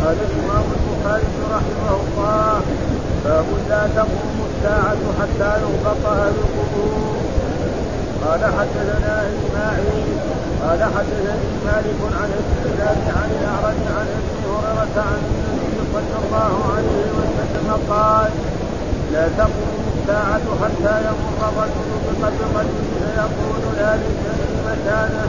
قال الإمام البخاري رحمه الله: باب لا تقوم الساعة حتى ينقض أهل القبور. قال حدثنا إسماعيل قال حدثني مالك عن الشهاب عن الأعرج عن ابي هريرة عن النبي صلى الله عليه وسلم قال: لا تقوم الساعة حتى يمر الرجل بقبر رجل فيقول يا ليتني مكانه.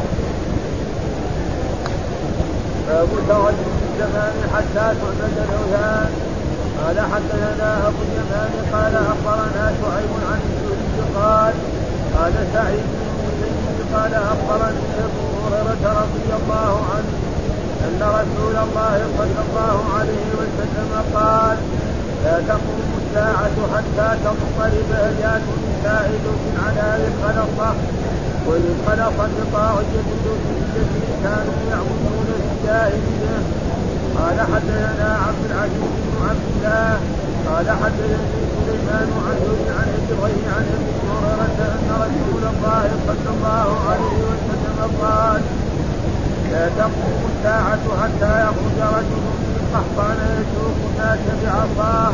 باب توجه الزمان حتى تعبد الأوثان. قال حدثنا أبو اليمان قال أخبرنا شعيب عن الزهري قال سعيد قال أخبرني أبو هريرة رضي الله عنه أن رسول الله صلى الله عليه وسلم قال: لا تقوم الساعة حتى تضطرب أيات سائلة على الخلقة والخلقة الطاغية التي كانوا يعبدون في الجاهلية. قال حدثنا عبد العزيز بن عبد الله قال حدثني سليمان عن ابراهيم عن ابي هريرة أن رسول الله صلى الله عليه وسلم قال: لا تقوم الساعة حتى يخرج رجل من قحطان يسوق الناس بعصاه.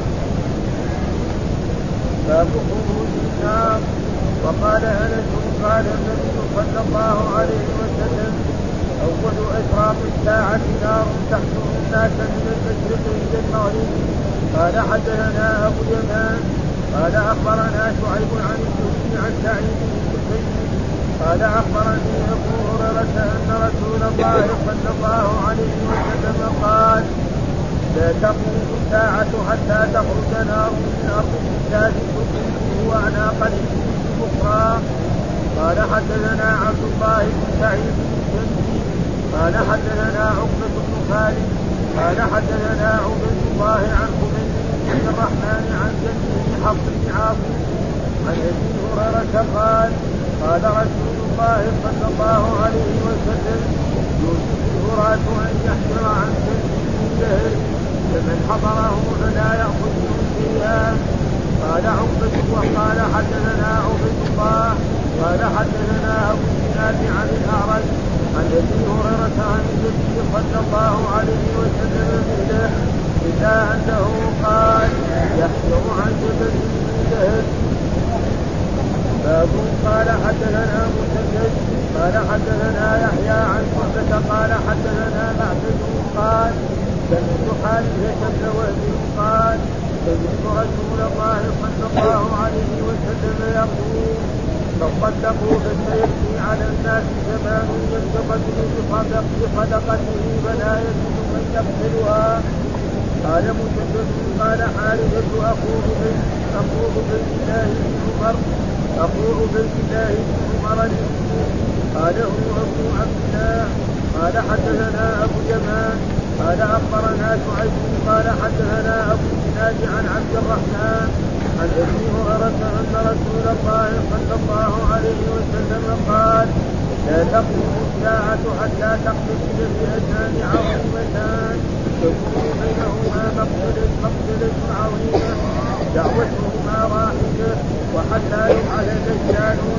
باب خروج النار. وقال أنس قال النبي صلى الله عليه وسلم: أول أشراط الساعة نار تحكم الناس من المشرق إلى المغرب. قال حدثنا أبو اليمان قال أخبرنا شعيب عن الزهري عن سعيد بن المسيب قال أخبرني أبو هريرة أن رسول الله صلى الله عليه وسلم قال: لا تقوم الساعة حتى تخرج نار من أرض الشام تقيم وأعناق الأخرى. قال حدثنا عبد الله بن سعيد الشمسي قال حدثنا عقبة بن خالد قال حدثنا عبيد الله عن حميد بن الرحمن عن جده حفص بن عاصم عن ابي هريرة قال: قال رسول الله صلى الله عليه وسلم: يوشك الهراة أن يحجر عن سبيله فمن حضره فلا يأخذ فيها. قال عقبة وقال حدثنا عبيد الله قال حدثنا أبو الزناد عن الأعرج عن ابي هريرة عن النبي صلى الله عليه وسلم مثله إلا أنه قال: يحجر عن جبل ذهب. باب قال حدثنا مسدد قال حدثنا يحيى عن شعبة قال حدثنا معبد قال: سمعت حارثة بن وهب قال: سمعت رسول الله صلى الله عليه وسلم يقول: تصدقوا فسيأتي على الناس زمان ينتقد بصدقته فلا يجد من يقتلها. قال مسدد قال حارثة أخو عبيد الله بن عمر قال هو أبو عبد الله. قال حدثنا أبو اليمان قال أخبرنا شعيب قال حدثنا أبو الزناد عن عبد الرحمن عن ابي هريرة أن رسول الله صلى الله عليه وسلم قال: لا تقوم الساعة حتى تقتتل فئتان عظيمتان تكون بينهما مقتلة عظيمة دعوتهما واحدة وحتى يفعل دجالون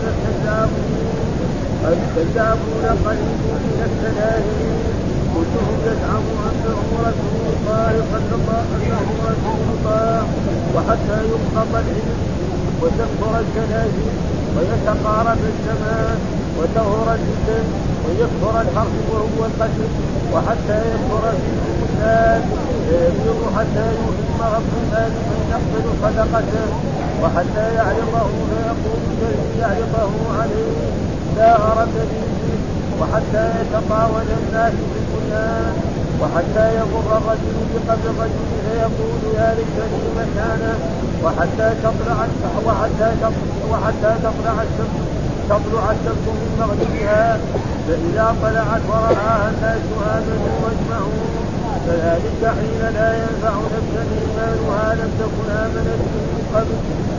الكذابون قريب من الثلاثين كلهم يزعم أنه رسول الله صلى الله عليه وسلم وحتى يقبض العلم وتكثر الجنازل ويتقارب الزمان وتظهر الفتن ويكثر الحرب وهو القتل وحتى يكثر فيهم الناس فيبلغ حتى يهم رب المال من يقبل صدقته وحتى يعرضه فيقول الذي يعرضه عليه لا أرد به وحتى يتطاول الناس في البنيان وحتى يمر الرجل بقبر الرجل فيقول يا ليتني مكانه وحتى تطلع الشمس من مغربها فإذا طلعت ورآها الناس آمنوا واجمعون فذلك حين لا ينفع نفسا إيمانها لم تكن آمنت من قبل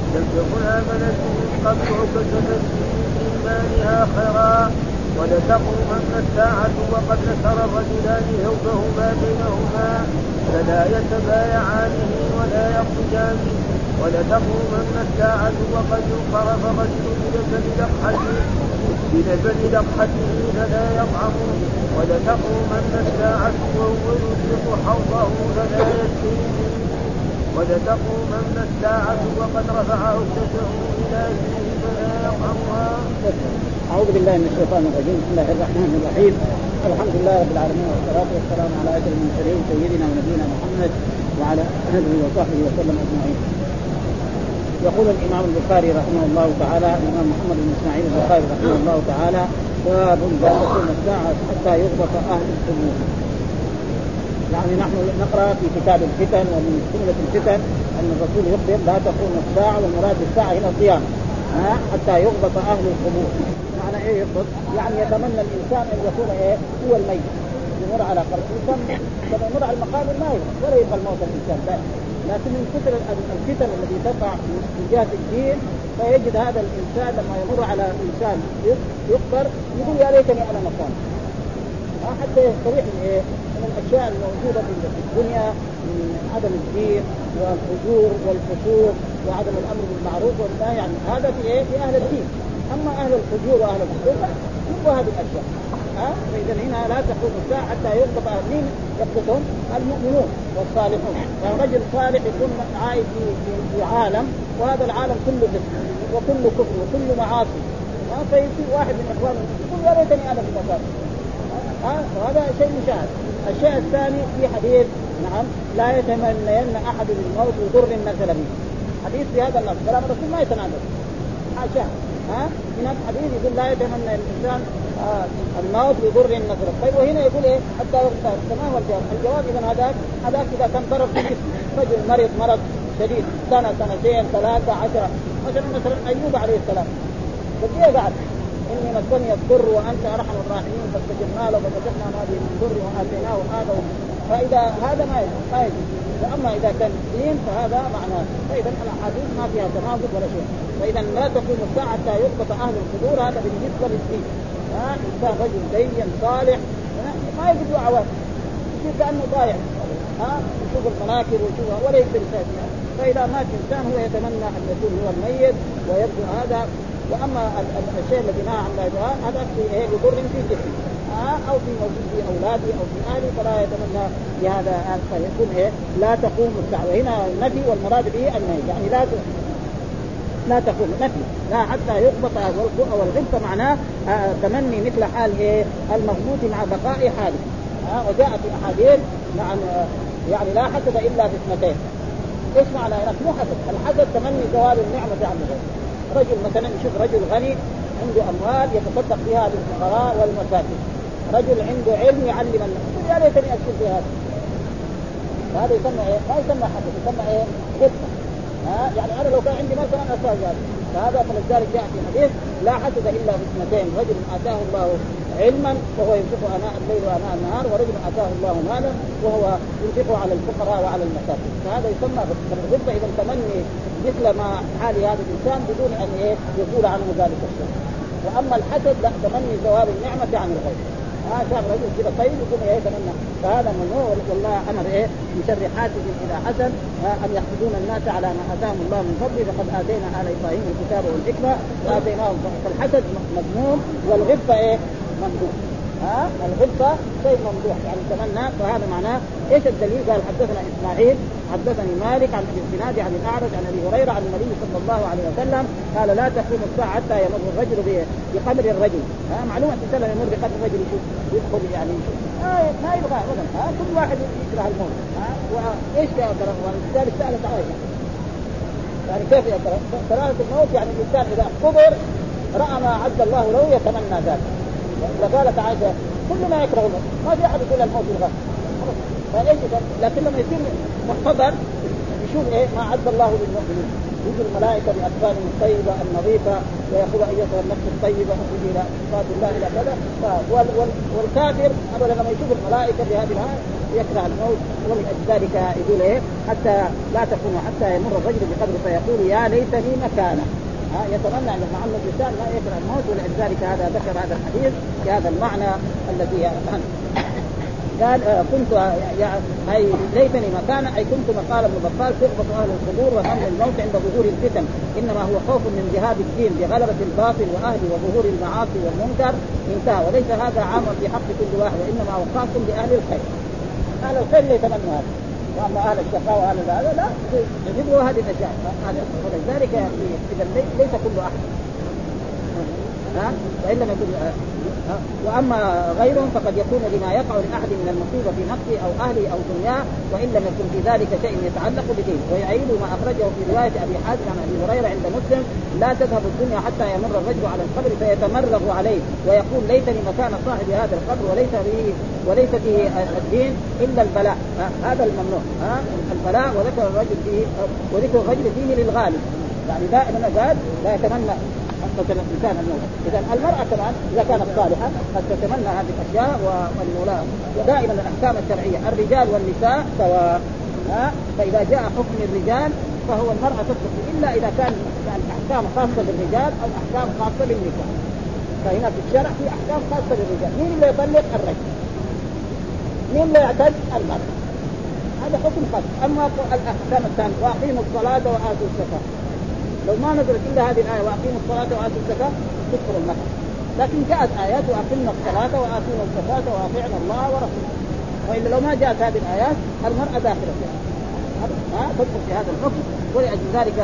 وكسبت في إيمانها خيرا. ولتقومن الساعة وقد نشر الرجلان ثوبهما بينهما فلا يتبايعانه ولا يخرجان ولتقومن الساعة وقد انصرف الرجل بلبن لقحته فلا يطعمه ولتقومن الساعة وهو يطلق حوضه فلا يسقيه ولتقومن الساعة وقد رفع عهدته إلى فيه فلا يطعمها. أعوذ بالله من الشيطان الرجيم. بسم الله الرحمن الرحيم. الحمد لله رب العالمين والصلاة والسلام على أشرف المرسلين سيدنا ونبينا محمد وعلى آله وصحبه وسلم أجمعين. يقول الإمام البخاري رحمه الله تعالى الإمام محمد بن إسماعيل البخاري رحمه الله تعالى باب لا تقوم الساعة حتى يغبط أهل القبور. يعني نحن نقرأ في كتاب الفتن ومن سنة الفتن أن الرسول يخبر لا تقوم الساعة والمراد بالساعة هنا القيامة حتى يغبط أهل القبور. معنى إيه يغبط؟ يعني يتمنى الإنسان أن يكون إيه هو الميت يمر على قبر الإنسان كما يمر على المقابر لا يغبط ولا يبقى الموت الإنسان لا. لكن من كثر الفتن التي تقع من جهة الدين فيجد هذا الإنسان لما يمر على إنسان يقبر يقول يا ليتني أنا مكانه حتى يستريح من الأشياء الموجودة في الدنيا من عدم الدين والفجور والفسوق وعدم الأمر بالمعروف والنهي عن هذا في أهل الدين. أما أهل الفجور وأهل الفسوق يبقوا هذه الأشياء. فإذا هنا لا تقوم الساعة حتى يغبط مين يغبطهم المؤمنون والصالحون. يعني رجل صالح يكون عايش في عالم وهذا العالم كله فسق وكل كفر وكل معاصي فيصير واحد من إخوانه يقول يا ليتني أنا في مكان. وهذا شيء مشاهد. الشيء الثاني في حديث نعم لا يتمنين أحد الموت وضر نزل به. حديث في هذا النص كلام الرسول ما يتنازل حاشا. من الحديث يقول لا يتمنى الإنسان الموت بضر نزل. طيب وهنا يقول إيه حتى يغتاب. كما هو الجواب؟ الجواب إذا هذاك إذا كان ضرب في جسم رجل مرض شديد سنة سنتين 3 10 مثلا أيوب عليه السلام فكيف قاعد إني مسني الضر وأنت أرحم الراحمين فاستجبنا له وكشفنا ما به من ضر وآتيناه هذا. فإذا هذا ما يجوز. وأما إذا كان دين فهذا معناه. فإذا الأحاديث ما فيها تناقض ولا شيء. فإذا لا تقوم الساعة حتى يغبط أهل القبور. هذا بالنسبة للدين. إنسان رجل دين صالح ما يجد عوام يصير كأنه ضايع يشوف المناكب ويشوفها ولا يقدر يساعدها. فإذا مات إنسان هو يتمنى أن يكون هو الميت ويبدو هذا. وأما الشيء الذي نهى عن الله هذا يضر في جسمه أو في موجود في أولادي أو في أهلي فلا يتمنى بهذا فيكون لا تقوم الساعة. وهنا النفي والمراد به النهي يعني لا تقوم نفي لا حتى يغبط والغبط معناه تمني مثل حال المغبوط مع بقاء حاله. وجاء في أحاديث نعم يعني لا حسد إلا في اثنتين. إيش معنى هناك؟ مو حسد. الحسد تمني زوال النعمة عن الغير. رجل مثلا يشوف رجل غني عنده أموال يتصدق بها للفقراء والمساكين. رجل عنده علم يعلم الناس يا ليتني أشكر في هذا يسمى ما يسمى حسد يسمى غبطة. يعني أنا لو كان عندي مثلا أساس فهذا فلذلك جاء في حديث لا حسد إلا باثنتين رجل آتاه الله علما وهو ينفق آناء الليل وآناء النهار ورجل آتاه الله مالا وهو ينفق على الفقراء وعلى المساكين. فهذا يسمى غبطة. إذا تمني مثل ما حال هذا الإنسان بدون أن يقول عنه ذلك الشيء. وأما الحسد لا تمني زوال النعمة عن الغير. شاب رجل كذا طيب يقول يتمنى فهذا ممنوع. والله أمر من شر حاسد إذا حسد أن يحسدون الناس على ما آتاهم الله من فضله فقد آتينا آل إبراهيم الكتاب والحكمة وآتيناهم. فالحسد مذموم والغبطة ممدوح. الغبطة شيء ممدوح يعني تمنى. فهذا معناه ايش الدليل؟ قال حدثنا اسماعيل حدثني مالك عن الزناد عن الاعرج عن ابي هريره عن النبي صلى الله عليه وسلم قال لا تقوم الساعه حتى يمر الرجل بقبر الرجل. معلومه السلام يمر بقبر الرجل يدخل يعني ما يبغى ابدا. كل واحد يكره الموت. وايش يقدر ولذلك سالت عائشه يعني كيف يقدر كراهه الموت؟ يعني الانسان اذا قبر راى ما عد الله له يتمنى ذلك. فقالت عائشة كلنا يكره الموت ما في أحد يقول الموت الغد فليش. لكن لما يصير محتضر يشوف ما عد الله للمؤمنين يجي الملائكة بأكفانهم الطيبة النظيفة ويقول أيها النفس الطيبة أخرجي إلى صفات الله إلى كذا. والكافر أبدا لما يشوف الملائكة بهذه الحال يكره الموت. ومن ذلك يقول حتى لا تكون حتى يمر الرجل بقبره فيقول يا ليتني مكانه. يتمنى أن مع الإنسان لا يكره الموت. ولذلك هذا ذكر هذا الحديث في هذا المعنى الذي قال كنت أي ليتني مكان أي كنت مقال ابن بطال تغبط أهل القبور وهم الموت عند ظهور الفتن إنما هو خوف من ذهاب الدين بغلبة الباطل وأهله وظهور المعاصي والمنكر انتهى. وليس هذا عاما في حق كل واحد وإنما هو خاص بأهل الخير. أهل الخير يتمنى هذا وأما أهل الشقاء وأهل هذا لا يجبوا هذه الأشياء. ولذلك إذا ليس كل أحد وإن لم يكن وأما غيرهم فقد يكون لما يقع لأحد من المصيبة في نفسه أو أهله أو دنياه وإن لم يكن في ذلك شيء يتعلق بدين. ويعيد ما أخرجه في رواية أبي حازم عن أبي هريرة عند مسلم لا تذهب الدنيا حتى يمر الرجل على القبر فيتمرغ عليه ويقول ليتني مكان صاحب هذا القبر وليس فيه الدين إلا البلاء. هذا الممنوع البلاء. وذكر الرجل فيه للغالب يعني دائما قال لا يتمنى الإنسان الموت. إذا المرأة كمان إذا كانت صالحة قد تتمنى هذه الأشياء والمولاة. ودائما الأحكام الشرعية الرجال والنساء سواء فإذا جاء حكم الرجال فهو المرأة تطلق إلا إذا كان أحكام خاصة بالرجال أو أحكام خاصة بالنساء. فهنا في الشرع في أحكام خاصة بالرجال. مين اللي يطلق؟ الرجل. مين اللي يعتد؟ المرأة. هذا حكم خاص. أما الأحكام الثانية وأقيموا الصلاة وآتوا الزكاة لو ما نزلت إلا هذه الآية وأقيموا الصلاة وآتوا الزكاة تكفر المرأة. لكن جاءت آيات وأقيمنا الصلاة وآتينا الزكاة وأطيعنا الله ورسوله. وإلا لو ما جاءت هذه الآيات المرأة داخلة فيها تدخل في هذا الحكم. ولأجل ذلك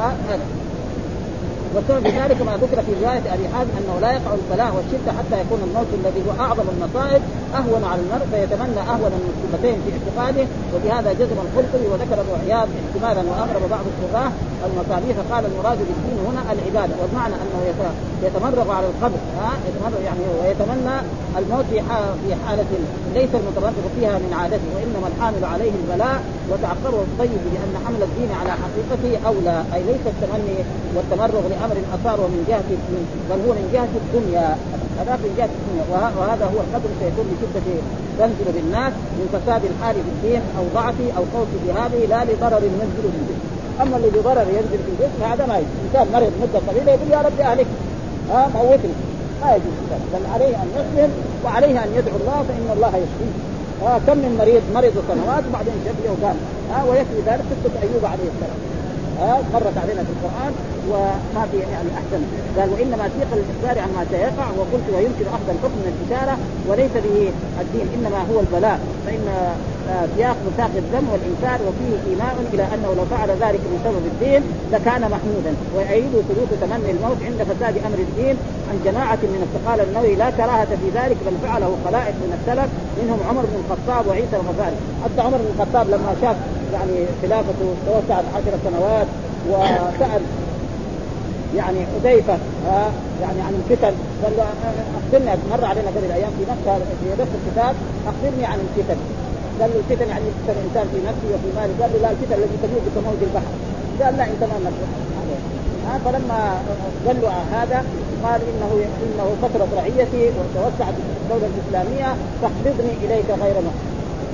وسبب ذلك ما ذكر في رواية أبي حازم أنه لا يقع البلاء والشدة حتى يكون الموت الذي هو أعظم المصائب أهون على المرء فيتمنى أهون المصيبتين في اعتقاده. وبهذا جزم القرطبي وذكر ابن عياض احتمالا وأغرب بعض الشراح المصابيح فقال المراد بالدين هنا العبادة والمعنى أنه يتمرغ على القبر يتمرغ يعني ويتمنى الموت في حالة ليس المتمرغ فيها من عادته وإنما الحامل عليه البلاء وتعقبه الطيب لأن حمل الدين على حقيقته أولى أي ليس التمني والتمرغ لأمر أثار من جهة بل هو من جهة الدنيا. هذا من جهة الدنيا وهذا هو القدر سيكون بشدة تنزل بالناس من فساد الحال في الدين أو ضعفه أو قوس بهذه لا لضرر ينزل في الدين. أما اللي بضرر ينزل في الجسم هذا ما يجوز. إنسان مريض مدة طويلة يقول يا ربي أهلك موتني ما يجوز. بل عليه أن يسلم وعليه أن يدعو الله فإن الله يشفيه. كم من مريض سنوات وبعدين شفي وقام ويكفي ذلك قصة أيوب عليه السلام مرت علينا في القرآن وما في يعني أحسن. قال وإنما سيق الإخبار عن ما سيقع وقلت ويمكن أخذ الحكم من الإشارة وليس به الدين إنما هو البلاء فإن سياق مساق الذم والإنكار وفيه إيماء إلى أنه لو فعل ذلك من سبب الدين لكان محمودا. ويعيد ثبوت تمني الموت عند فساد أمر الدين عن جماعة من الثقال النووي لا كراهة في ذلك بل فعله خلائق من السلف منهم عمر بن الخطاب وعيسى الغفاري. حتى عمر بن الخطاب لما شاف يعني خلافته توسعت 10 سنوات وسأل يعني حذيفة يعني عن الفتن قال له أخبرني مر علينا قبل الأيام في نفس الكتاب أخبرني عن الفتن. قال له الفتن يعني يفتن الإنسان في نفسه وفي ماله. قال له لا الفتن التي تموت كموج البحر. قال لا أنت ما نفسك فلما قال له هذا قال إنه فترة رعيتي وتوسعت الدولة الإسلامية فاقبضني إليك غير محسن.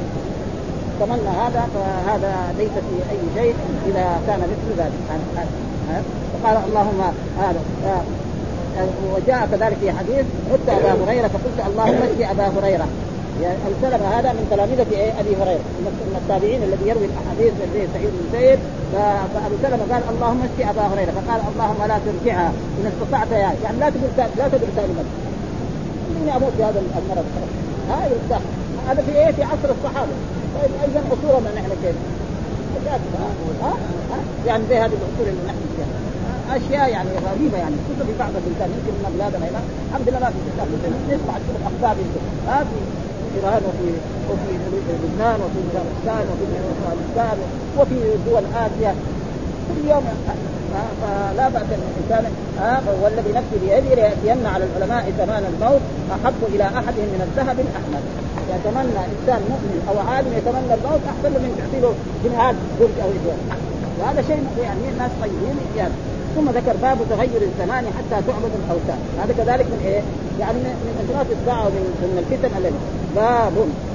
تمنى هذا فهذا ليس في أي شيء إذا كان مثل ذلك. فقال اللهم هذا وجاء كذلك في حديث عدت أبا هريرة فقلت اللهم اشفي أبا هريرة. يعني السلف هذا من تلامذة أبي هريرة من التابعين الذي يروي الأحاديث زي سعيد بن مسيب. فأبو سلمة قال اللهم اشفي أبا هريرة فقال اللهم لا ترجعها إن استطعت يعني لا تدر سالما إني أموت بهذا المرض. هذا في عصر الصحابة. طيب أيضا أصولنا نحن كيف يعني زي هذه الأصول اللي نحن فيها أشياء يعني غريبة يعني خصوصا في بعض البلدان يمكن من بلادنا هنا الحمد لله ما في الإسلام نسمع كل الأخبار في إيران وفي لبنان وفي أفغانستان وفي أفغانستان وفي دول آسيا كل يوم فلا بأس الإنسان والذي نفسي بيده ليأتين على العلماء زمان الموت أحب إلى أحدهم من الذهب الأحمر. يتمنى إنسان مؤمن أو عالم يتمنى الموت أحسن من تعطي له جنيهات برج أو إجوال. وهذا شيء يعني الناس طيبين يعني. ثم ذكر باب تغير الزمان حتى تعبد الأوثان. هذا كذلك من يعني من أشراط الساعة ومن الفتن التي باب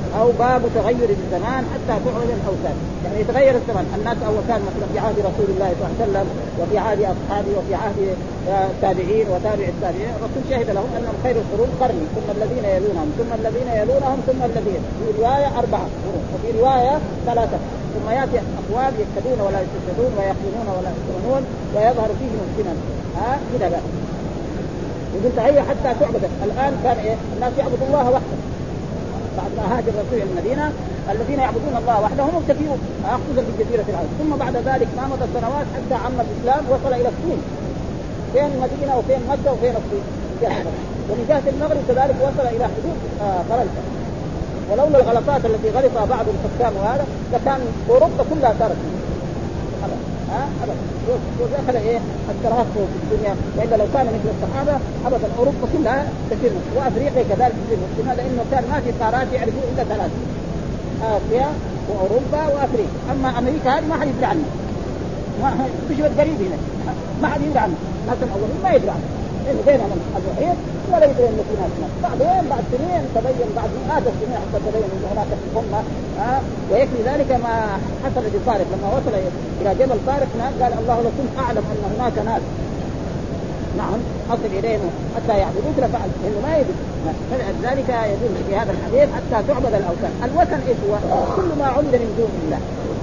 أو باب تغير الزمان حتى تعبد الأوثان. يعني يتغير الزمان، الناس أول كان مثلا في عهد رسول الله صلى الله عليه وسلم وفي عهد أصحابه وفي عهد التابعين وتابع التابعين، الرسول شهد لهم أنهم خير القرون قرني ثم الذين يلونهم ثم الذين يلونهم ثم الذين، في رواية 4 قرون وفي رواية 3، ثم يأتي أقوال يكتدون ولا يستشهدون ويقتلون ولا يسرنون ويظهر فيهم السنن. كده بقى يقول هي حتى تعبد. الآن كان الناس يعبدوا الله وحده بعد ما هاجر الرسول المدينة، الذين يعبدون الله وحده هم كثيرون خصوصا في جزيرة العرب. ثم بعد ذلك ما مضت سنوات حتى عم الإسلام وصل إلى الصين، فين المدينة وفين مكة وفين الصين، ومن جهة المغرب كذلك وصل إلى حدود فرنسا. ولولا الغلطات التي غلطها بعض الحكام وهذا لكان أوروبا كلها صارت أبدا ودخل الترهف في الدنيا، وإلا لو كان مثل الصحابة أبدا أوروبا كلها تسير، وأفريقيا كذلك تسير. لماذا؟ إنه كان ما في قارات يعرفون إلا 3، آسيا وأوروبا وأفريقيا. أما أمريكا هذه ما حد يدري عنها، ما تشبه قريب هنا، ما حد يدري عنها. الناس الأولين ما يدري عنها إنه بينهم المحيط ولا يدري إنه في ناس. بعدين بعد سنين تبين، بعد مئات السنين حتى تبين إن هناك أمة. ويكفي ذلك ما حصل لطارق لما وصل إلى جبل طارق قال الله لو كنت أعلم أن هناك ناس نعم أصل إليهم حتى يعبدوك لفعل، إنه ما يدري. فلذلك يدل في هذا الحديث حتى تعبد الأوثان. الوثن إيش هو؟ كل ما عبد من دون الله،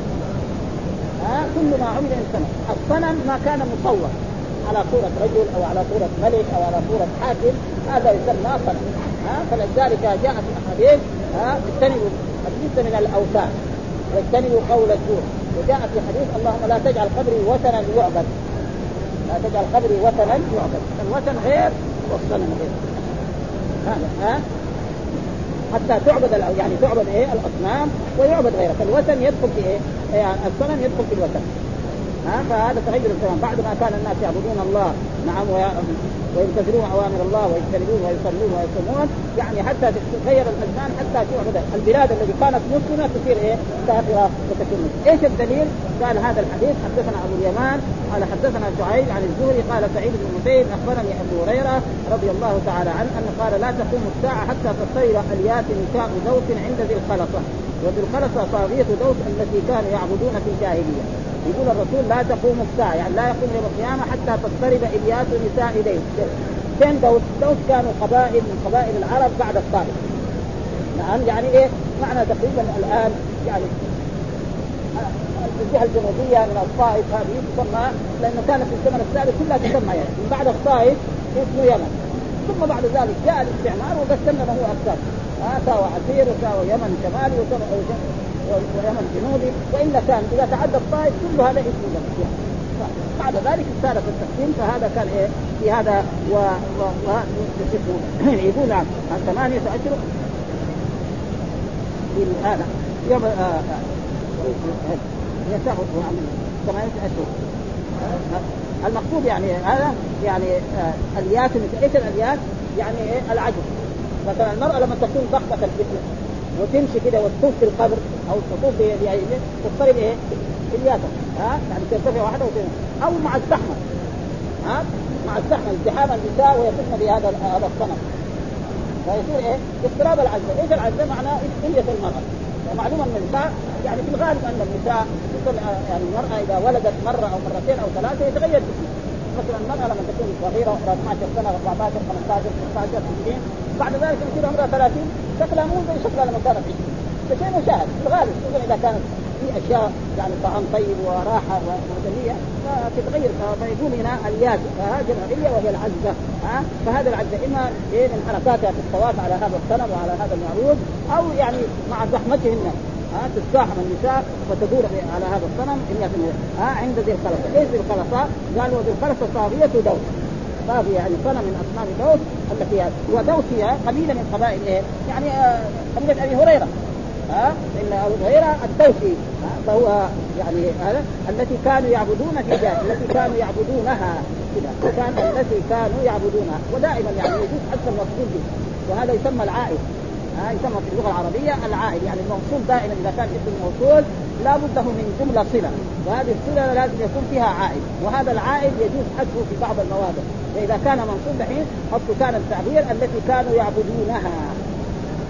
كل ما عبد من الصنم. الصنم ما كان مصور على صورة رجل أو على صورة ملك أو على صورة حاكم، هذا يسمى صنم. فلذلك جاء في الحديث اجتنبوا الجنس من الأوثان واجتنبوا قول الزور. وجاء في حديث اللهم لا تجعل قبري وثنا يعبد، لا تجعل قبري وثنا يعبد. الوثن غير والصنم غير. هذا حتى تعبد يعني تعبد الأصنام ويعبد غيره. فالوثن يدخل في يعني الصنم يدخل في الوثن. فهذا تغير الزمان بعد ما كان الناس يعبدون الله نعم ويمتثلون أوامر الله ويجتنبون ويصلون ويصومون، يعني حتى تتغير الأزمان حتى تعبد. البلاد التي كانت مسلمة تصير كافرة وتكون مسلمة. ايش الدليل؟ قال هذا الحديث حدثنا أبو اليمان قال حدثنا شعيب عن الزهري قال سعيد بن المسيب أخبرني أبو هريرة رضي الله تعالى عنه أنه قال لا تقوم الساعة حتى تصير أليات نساء دوس عند ذي الخلصة، وذي الخلصة طاغية دوس التي كانوا يعبدون في الجاهلية. يقول الرسول لا تقوم الساعة يعني لا يقوم يوم القيامة حتى تضطرب إليات نساء دوس. كان دوس كانوا قبائل من قبائل العرب بعد الطائف. نعم يعني معنى تقريبا الآن يعني الجهة الجنوبية من الطائف هذه تسمى، لأنه كانت في الزمن السابق كلها تسمى يعني من بعد الطائف اسمه يمن. ثم بعد ذلك جاء الاستعمار وقسمنا له أقسام، ساوى عسير وساوى يمن شمالي ويمن جنوبي، وإلا كان إذا تعدى الطائف كل هذا اسمه يمن. بعد ذلك صار في التقسيم، فهذا كان في هذا يقول عن 8 أشهر في هذا يوم يساوي عن 8 أشهر. المقصود يعني هذا يعني اليات. ايش الاليات؟ يعني العجز. مثلا المرأة لما تكون ضخمة الجسم وتمشي كده وتطوف في القبر او تطوف تضطرب الياتها يعني ترتفع واحدة او مع الزحمة مع الزحمة ازدحام النساء ويطفن بهذا الصنم فيصير اضطراب العجز. ايش العجز؟ معناه قلة المرأة. ومعلوم ان النساء يعني في الغالب ان النساء يعني المرأة اذا ولدت مرة او مرتين او 3 يتغير جسمها. مثلا المرأة لما تكون صغيرة 12 سنة 14 15 16 20 بعد ذلك يصير عمرها 30 شكلها مو زي شكلها لما كانت 20. ده شيء مشاهد في الغالب، خصوصا اذا كانت في اشياء يعني طعام طيب وراحة ومدنية فتتغير. فيقول هنا الياس فهاجر الية وهي العزة. فهذا العزة اما من حركاتها في الطواف على هذا الصنم وعلى هذا المعروض، او يعني مع زحمتهن تزدحم النساء وتدور على هذا الصنم عند ذي الخلصة. ايش ذي الخلصة؟ قالوا ذي الخلصة طاغية دوس. طاغية يعني صنم من اصنام دوس التي ودوس هي قبيلة من قبائل يعني قبيلة ابي هريرة. إن أبو هريرة الدوسي فهو يعني هذا التي كانوا يعبدون في جاه التي كانوا يعبدونها كذا كان التي كانوا يعبدونها. ودائما يعني يجوز حتى المفعول به، وهذا يسمى العائد. يسمى في اللغة العربية العائد يعني الموصول دائما إذا كان اسم موصول لا بد من جملة صلة، وهذه الصلة لازم يكون فيها عائد، وهذا العائد يجوز حذفه في بعض المواضع. فإذا كان منصوب الحين حط كان التعبير التي كانوا يعبدونها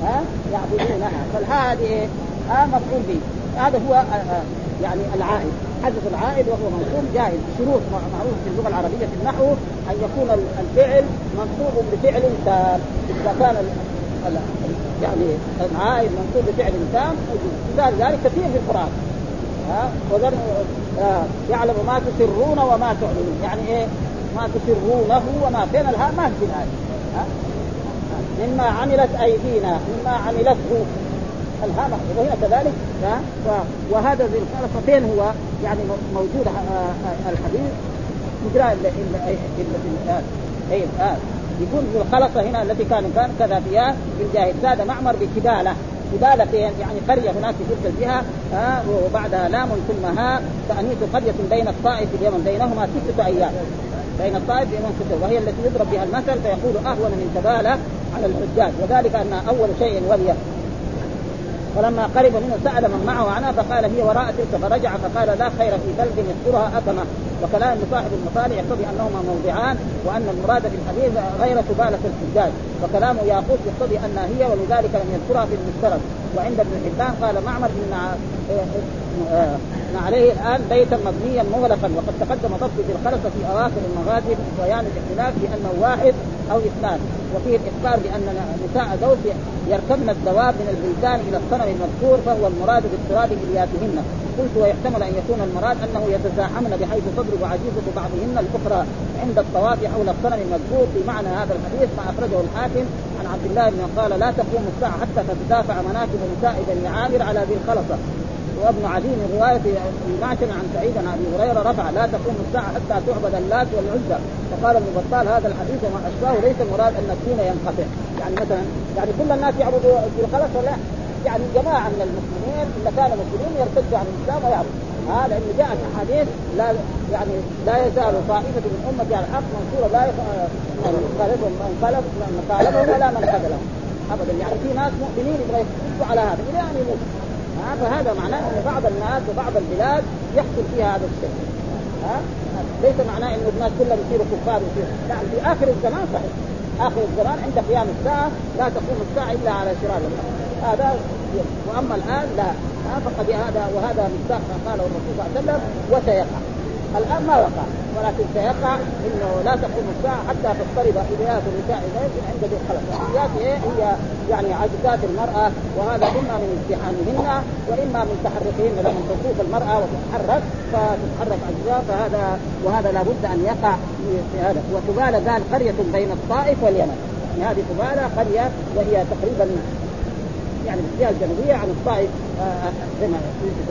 يعبدونها، فالهذه مفعول به. هذا هو يعني العائد، حذف العائد وهو منصوب جائز. شروط معروف في اللغة العربية في النحو أن يكون الفعل منصوب بفعل تام. إذا كان يعني العائد منصوب بفعل تام مثال ذلك كثير في القرآن. يعلم ما تسرون وما تعلنون، يعني إيه ما تسرونه وما فين الهاء ما في الآية. مما عملت أيدينا، مما عملته الهاء محذوفة وهنا كذلك. وهذا ذي الخلصتين هو يعني موجود الحديث نقرأ إلا في الآية يقول في الخلصة هنا التي كان كذا فيها في الجاهل. زاد معمر بكبالة، كبالة يعني قرية هناك في تلك الجهة وبعدها لام ثم ها تأنيث قرية بين الطائف واليمن بينهما 6 أيام، بين الطائف واليمن 6، وهي التي يضرب بها المثل فيقول أهون من كبالة على الحجاج، وذلك أن أول شيء ولي. ولما قرب منه سأل من معه عنها فقال هي وراء تلك، فرجع فقال لا خير في بلد يذكرها أكمة. وكلام صاحب المطالع يقتضي أنهما موضعان وأن المراد بالحديث غير كبالة الحجاج، وكلام ياقوت يقتضي أنها هي ولذلك لم يذكرها في المشترك. وعند ابن حبان قال معمر إن عليه الآن بيتا مبنيا مغلقا، وقد تقدم ضبط بالخلصة في أواخر المغازي ببيان الاختلاف بأنه واحد أو 2، وفيه الإخبار بأن نساء دوس يركبن الدواب من البلدان إلى الصنم المذكور، فهو المراد باضطراب إلياتهن. قلت ويحتمل أن يكون المراد أنه يتزاحمن بحيث تضرب عجيزة بعضهن الأخرى عند الطواف حول الصنم المذكور. في معنى هذا الحديث ما أخرجه الحاكم عن عبد الله بن قال لا تقوم الساعة حتى تتدافع مناكب نساء بني عامر على ذي الخلصة. وابن عدي من رواية معشر عن سعيد عن أبي هريرة رفع لا تقوم الساعة حتى تعبد اللات والعزى. فقال ابن بطال هذا الحديث وما أشباهه ليس المراد أن الدين ينقطع، يعني مثلا يعني كل الناس يعبدوا في الخلص ولا يعني جماعة من المسلمين إذا كانوا مسلمين يرتدوا عن الإسلام ويعبدوا. لأن جاءت أحاديث لا يعني لا يزال طائفة من أمة على الحق منصورة لا يخالفهم من خالفهم ولا من خذلهم أبدا. يعني في ناس مؤمنين يبغى يحكوا على هذا إلى أن يموت. فهذا معناه أن بعض الناس وبعض البلاد يحصل فيها هذا الشيء. ليس معناه أن الناس كلهم يصيروا كفار لا، في آخر الزمان صحيح، آخر الزمان عند قيام الساعة لا تقوم الساعة إلا على شرار الناس هذا. وأما الآن لا، فقد هذا وهذا مصداق ما قاله الرسول صلى الله عليه وسلم وسيقع. الآن ما وقع ولكن سيقع إنه لا تقوم الساعة حتى تضطرب إليات النساء عند ذي الخلق. الإليات هي يعني عجزات المرأة، وهذا إما من ازدحامهن وإما من تحركهن. لما تطوف المرأة وتتحرك فتتحرك أجزاء وهذا لابد أن يقع في هذا. وتبالى ذا قرية بين الطائف واليمن، يعني هذه تبالى قرية وهي تقريبا يعني بالجهة الجنوبية عن الطائف زي ما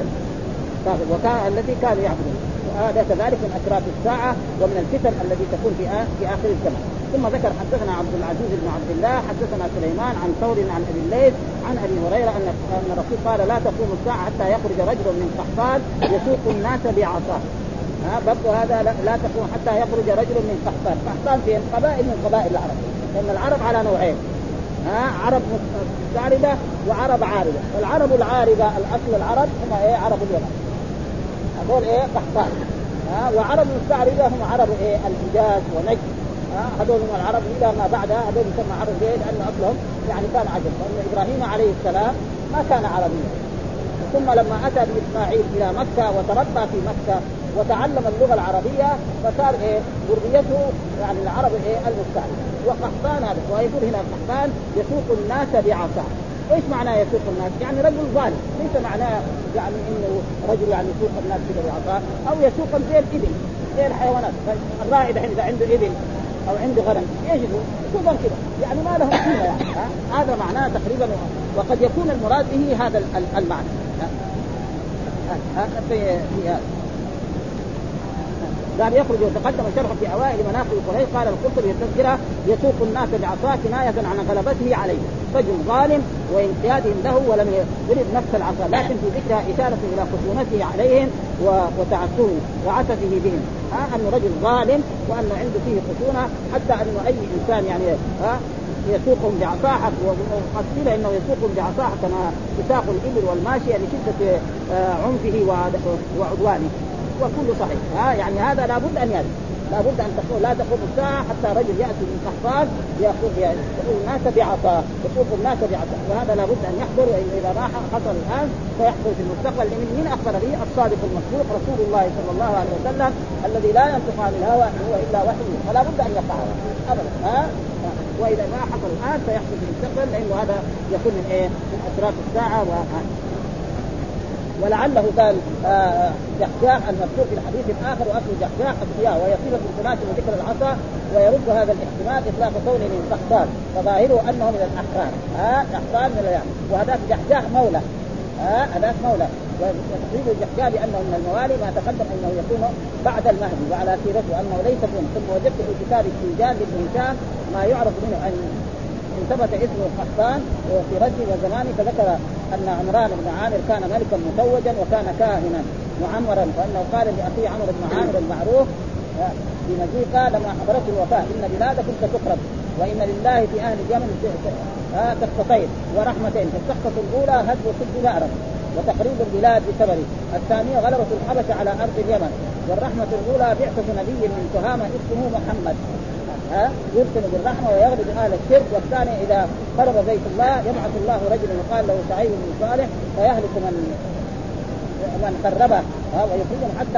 وكان الذي كانوا يعبدون. وهذا كذلك من أشراط الساعة ومن الفتن التي تكون في آخر الزمن. ثم ذكر حدثنا عبد العزيز بن عبد الله حدثنا سليمان عن ثور عن أبي الليث عن أبي هريرة أن الرسول قال لا تقوم الساعة حتى يخرج رجل من قحطان يسوق الناس بعصاه. برضو هذا لا تقوم حتى يخرج رجل من قحطان. قحطان في قبائل من قبائل العرب، لأن العرب على نوعين، عرب مستعربة وعرب عاربة. العرب العاربة الأصل العرب هم عرب اليمن، هذول قحطان. وعرب مستعربة هم عرب الحجاز ونجد، هذول هم العرب إلى ما بعدها هذول يسمى عرب لأن أصلهم يعني كان عجب، لأن إبراهيم عليه السلام ما كان عربيا، ثم لما أتى بإسماعيل إلى مكة وتربى في مكة وتعلم اللغة العربية فصار ذريته يعني العرب المستعربة. وقحطان هذا ويقول هنا قحطان يسوق الناس بعصاه. ايش معناه يسوق الناس؟ يعني رجل ظالم، ليس معناه يعني انه رجل يعني يسوق الناس كذا بعصاه، او يسوق زي الابل زي الحيوانات. الراعي دحين اذا عنده ابل او عنده غنم ايش يسوقهم كذا، يعني ما لهم قيمه يعني. هذا معناه تقريبا، وقد يكون المراد به هذا المعنى. قال يخرج وتقدم شرح في اوائل مناقب قريش. قال القرطبي التذكره يسوق الناس بعصاه كنايه عن غلبته عليه، رجل ظالم وانقيادهم له ولم يرد نفس العصا، لكن في ذكرها اشاره الى خشونته عليهم وتعسره وعسفه بهم. انه رجل ظالم وانه عنده فيه خشونه، حتى انه اي انسان يعني يسوقهم بعصاه، وقد قيل انه يسوقهم بعصاه كما يساق الابل والماشيه لشده عنفه وعدوانه، وكل صحيح. يعني هذا لابد ان يرد، لابد ان تقول لا تقوم الساعه حتى رجل ياتي من قحطان يقول الناس بعصا، يقول الناس بعصا، وهذا لابد ان يحضر، واذا ما حصل الان سيحصل في المستقبل. من اخبر به؟ الصادق المصدوق رسول الله صلى الله عليه وسلم الذي لا ينطق عن الهوى هو الا وحي، فلا بد ان يقع ابدا. واذا ما حصل الان سيحصل في المستقبل، لانه هذا يكون من ايه؟ من اشراط الساعه. ولعله قال جحجاح المذكور في الحديث الاخر، واصل جحجاح الصياح، وهي صفه التماس وذكر العصا، ويرد هذا الاحتمال اطلاق قوله من قحطان، فظاهره انه من الاحرار، قحطان من اليمن، وهذاك جحجاح مولى، هذاك مولى. وتقريب الجحجاح بانه من الموالي ما تقدم انه يكون بعد المهدي، وعلى سيرته انه ليس دون. ثم وجدت في كتاب التيجان لابن هشام ما يعرف منه ان ثبت اسمه قحطان وفي رجل وزمانه، فذكر ان عمران بن عامر كان ملكا متوجا وكان كاهنا معمرا، وانه قال لاخيه عمرو بن عامر المعروف في مزيقا لما حضرته الوفاه ان بلادكم ستخرب، وان لله في اهل اليمن سقطتين ورحمتين، فالسقطه الاولى هدم سد نارا وتقريب البلاد بسببه، الثانيه غلبه الحبشه على ارض اليمن، والرحمه الاولى بعثه نبي من تهامه اسمه محمد يرسل بالرحمه ويغلب اهل الشرك، والثاني اذا خرب بيت الله يبعث الله رجلا يقال له سعيد بن صالح فيهلك من خربه ويخرجهم حتى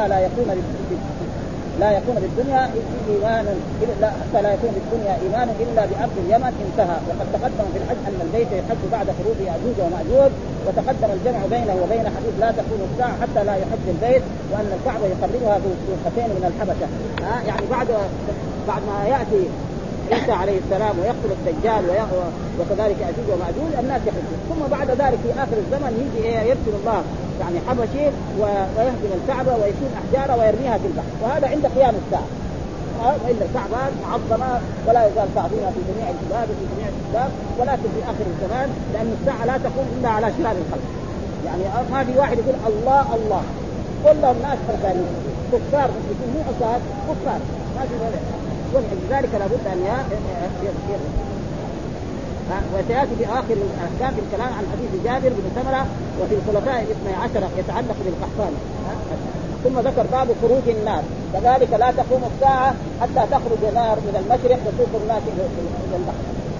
لا يكون بالدنيا ايمان الا حتى لا يكون بالدنيا ايمان الا بارض اليمن انتهى. وقد تقدم في الحج ان البيت يحج بعد خروج ياجوج وماجوج، وتقدم الجمع بينه وبين حديث لا تكون الساعه حتى لا يحج البيت، وان الكعبه يقربها بوقتين من الحبشه. يعني بعد ما ياتي عيسى عليه السلام ويقتل الدجال وكذلك ياجوج وماجوج الناس يحجون، ثم بعد ذلك في اخر الزمن يجي يرسل الله يعني حبشي ويهدم الكعبه ويشيل احجارها ويرميها في البحر، وهذا عند قيام الساعه. وإلا الكعبة معظمة ولا يزال تعظيمها في جميع البلاد وفي جميع البلاد، ولكن في آخر الزمان لأن الساعة لا تقوم إلا على شرار الخلق، يعني ما في واحد يقول الله الله، كلهم ناس فرقانين كفار مسلمين مو عصاة كفار ما في ولا، ولذلك لابد أن يصير. وسيأتي في آخر الأحكام الكلام عن حديث جابر بن سمرة وفي الخلفاء 12 يتعلق بالقحطان. ثم ذكر باب خروج النار، كذلك لا تقوم الساعة حتى تخرج نار من المشرق تسوق الناس إلى البحر.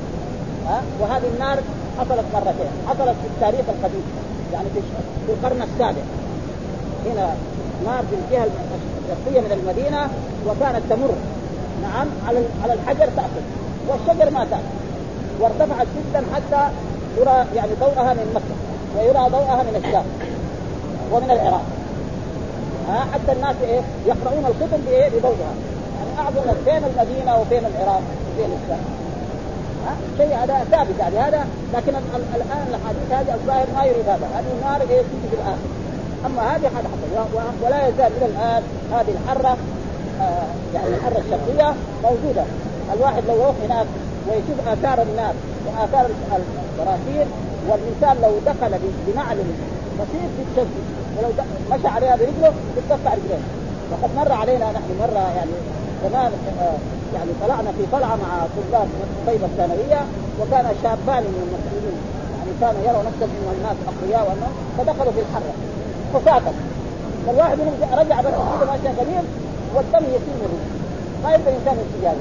وهذه النار حصلت مرتين، حصلت في التاريخ القديم يعني في القرن السابع، هنا نار في الجهة الشرقية من المدينة وكانت تمر على الحجر تأكل والشجر ما تأكل، وارتفعت جدا حتى يرى يعني ضوءها من مكة ويرى ضوءها من الشام ومن العراق. حتى الناس يقرؤون الكتب بضوءها، يعني أعظم بين المدينة وبين العراق وبين الشام. شيء هذا ثابت يعني هذا، لكن الآن الحديث هذه الظاهر ما يريد هذا، هذه النار تيجي في الآخر. أما هذه هذا حصل ولا يزال إلى الآن هذه الحرة يعني الحرة الشرقية موجودة. الواحد لو يروح هناك ويشوف آثار النار وآثار البراثير، والإنسان لو دخل بنعل بسيط بالشمس ولو مشى عليها برجله تتقطع رجليه. وقد مر علينا نحن مرة يعني زمان يعني طلعنا في طلعة مع طلاب طيبة الثانوية، وكان شابان من المسلمين يعني كانوا يروا نفسهم من الناس أقوياء وأنهم فدخلوا في الحرة خفافا، فالواحد منهم رجع بس كده ماشي قليل والدم يسيل منه ما يبقى الإنسان السجاري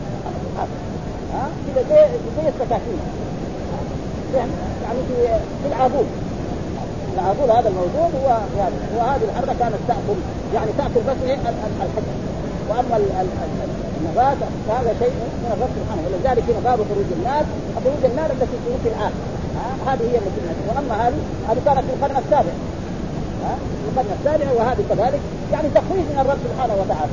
كده زي السكاكين يعني في العابول هذا الموضوع هو يعني وهذه الحرة كانت تأكل يعني تأكل بس الحجر، وأما النبات هذا شيء من الرب سبحانه. ولذلك هنا باب خروج النار التي تكون في الآخر هذه هي التي نزلت. وأما هذه كانت في القرن السابع وهذه كذلك يعني تخويف من الرب سبحانه وتعالى.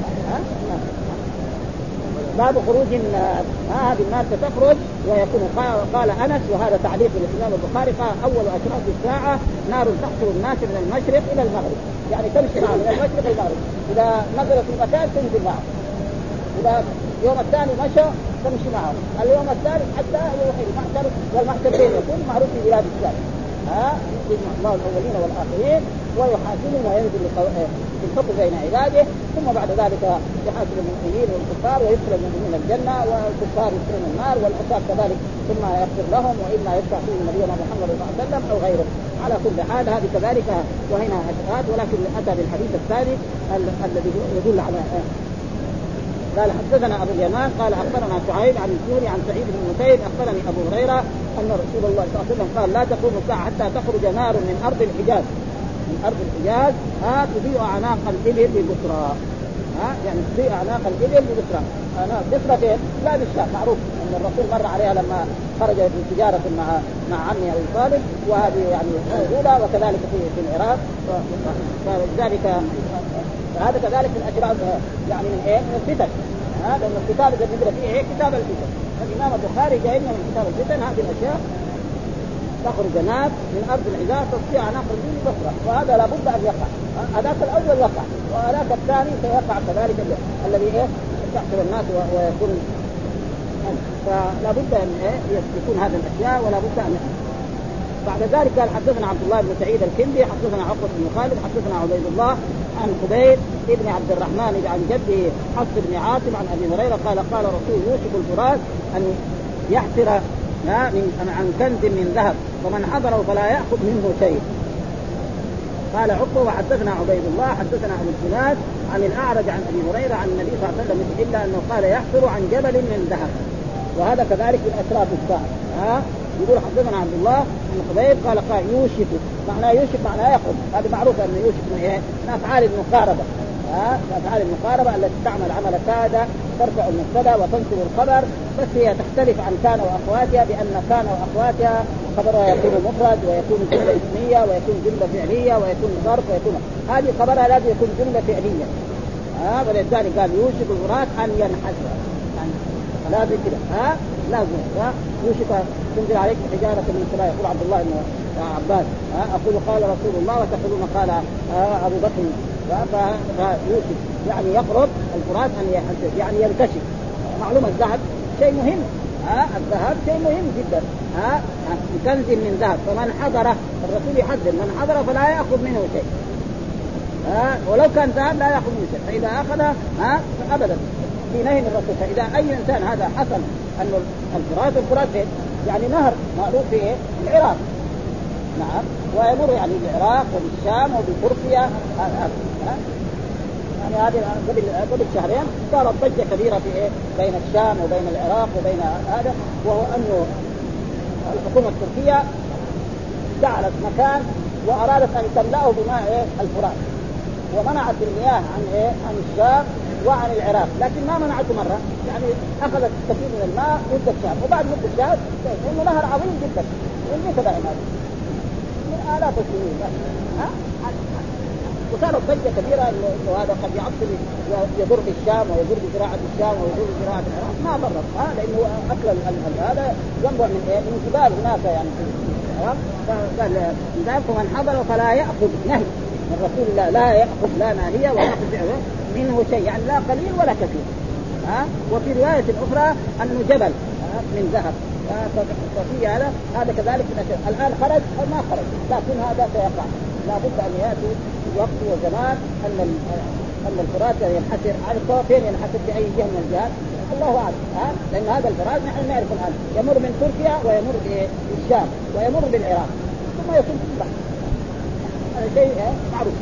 باب خروج النار هذه النار ستخرج ويكون قال أنس وهذا تعليق الإمام البخاري قال أول أشراط الساعة نار تحصر الناس من المشرق إلى المغرب، يعني تمشي معه من المشرق إلى المغرب، إذا نزل في مكان تنزل معه، إذا يوم الثاني مشى تمشي معه، اليوم الثالث حتى يروح المحشر، والمحشر فين يكون معروف في بلاد الشام. يجمع الله الأولين والآخرين ويحاسبهم وينزل بالحكم بين عباده، ثم بعد ذلك يحاسب المؤمنين والكفار ويدخل المؤمنين الجنة والكفار يدخلون النار والعصاة كذلك، ثم يغفر لهم وإما يدفع فيه نبينا محمد صلى الله عليه وسلم أو غيره. على كل حال هذه كذلك وهنا أشهاد، ولكن أتى بالحديث الثاني الذي يدل على قال حدثنا ابو اليمان قال اخبرنا شعيب عن الزهري عن سعيد بن المسيب اخبرني ابو هريره ان رسول الله صلى الله عليه وسلم قال لا تقوم الساعه حتى تخرج نار من ارض الحجاز، من ارض الحجاز تضيء اعناق الابل ببصرى، يعني تضيء اعناق الابل ببصرى. بصرى فين؟ لا بالشام، معروف ان الرسول مر عليها لما خرج في تجاره مع عمه ابي طالب، وهذه يعني موجوده، وكذلك في العراق. فلذلك هذا كذلك من اشراط يعني من ايه؟ من الفتن. لان الكتاب الذي نقرا فيه ايه؟ كتاب الفتن. الامام البخاري جايبنا من كتاب الفتن هذه الاشياء. تخرج نار من ارض الحجاز تستطيع عناق الدين بصرى، وهذا لابد ان يقع. هذاك الاول وقع، وهذاك الثاني سيقع كذلك الذي ايه؟ تحصل الناس ويكون. فلا بد ان يكون هذه الاشياء، ولا بد ان بعد ذلك قال حدثنا عبد الله بن سعيد الكندي حدثنا عقبة بن خالد حدثنا عبيد الله عن خبيب ابن عبد الرحمن عن جده حفص بن عاصم عن ابي هريره قال قال رسول يوشك الفرات ان يحسر عن كنز من ذهب ومن حضره فلا ياخذ منه شيء. قال عقبة وحدثنا عبيد الله حدثنا ابو الزناد عن الاعرج عن ابي هريره عن النبي صلى الله عليه وسلم الا انه قال يحسر عن جبل من ذهب، وهذا كذلك من اشراط الساعه. يقول حدثنا عبد الله بن خبيب قال يوشك، معناه يوشك معناه يقرب، هذا معروف ان يوشك من ايه؟ من افعال المقاربه. افعال المقاربه التي تعمل عمل كاد ترفع المبتدا وتنصب الخبر، بس هي تختلف عن كان واخواتها بان كان واخواتها خبرها يكون مفرد ويكون جمله اسميه ويكون جمله فعليه ويكون ظرف ويكون هذه خبرها لازم يكون جمله فعليه. ولذلك قال يوشك الفرات ان ينحسر، يعني لازم كده لازم يوشك تنزل عليك حجارة من السماء. يقول عبد الله بن عباس أقول قال رسول الله وتقولون قال أبو بكر. فيوشك يعني يقرب الفرات أن يعني ينكشف. معلومة الذهب شيء مهم، الذهب شيء مهم جدا، كنز من ذهب. فمن حضره الرسول يحذر من حضره فلا يأخذ منه شيء، ولو كان ذهب لا يأخذ منه شيء، فإذا أخذه أبدا في نهي من الرسول. فإذا أي إنسان هذا حصل أنه الفرات يعني نهر معروف في العراق، نعم، ويمر يعني بالعراق وبالشام وبتركيا. يعني هذه قبل شهرين صارت ضجة كبيرة في بين الشام وبين العراق وبين هذا، وهو أنه الحكومة التركية جعلت مكان وأرادت أن تملأه بماء الفرات، ومنعت المياه عن الشام وعن العراق، لكن ما منعته مرة، يعني أخذت كثير من الماء مدة شهر، وبعد مدة شهر إنه نهر عظيم جدا وليس دائما من آلاف السنين، وصارت ضجة كبيرة إنه هذا قد يعطل يضر بالشام ويضر بزراعة الشام ويضر بزراعة العراق. ما ضرر، لأنه أكل هذا ينبع من جبال هناك يعني في العراق. فقال لذلك من حضر فلا يأخذ نهي من رسول الله، لا يأخذ لا ناهية ولا يأخذ منه شيء، يعني لا قليل ولا كثير. وفي رواية أخرى أنه جبل من ذهب. ففي هذا كذلك من أشياء. الآن خرج أو ما خرج، لكن هذا سيقع. لا بد أن يأتي وقت وزمان أن الفرات ينحسر. عارف فين ينحسر في أي جهة من الجهات؟ الله أعلم. لأن هذا الفرات نحن نعرف الآن يمر من تركيا ويمر بالشام ويمر بالعراق ثم يصل في البحر. هذا شيء معروف.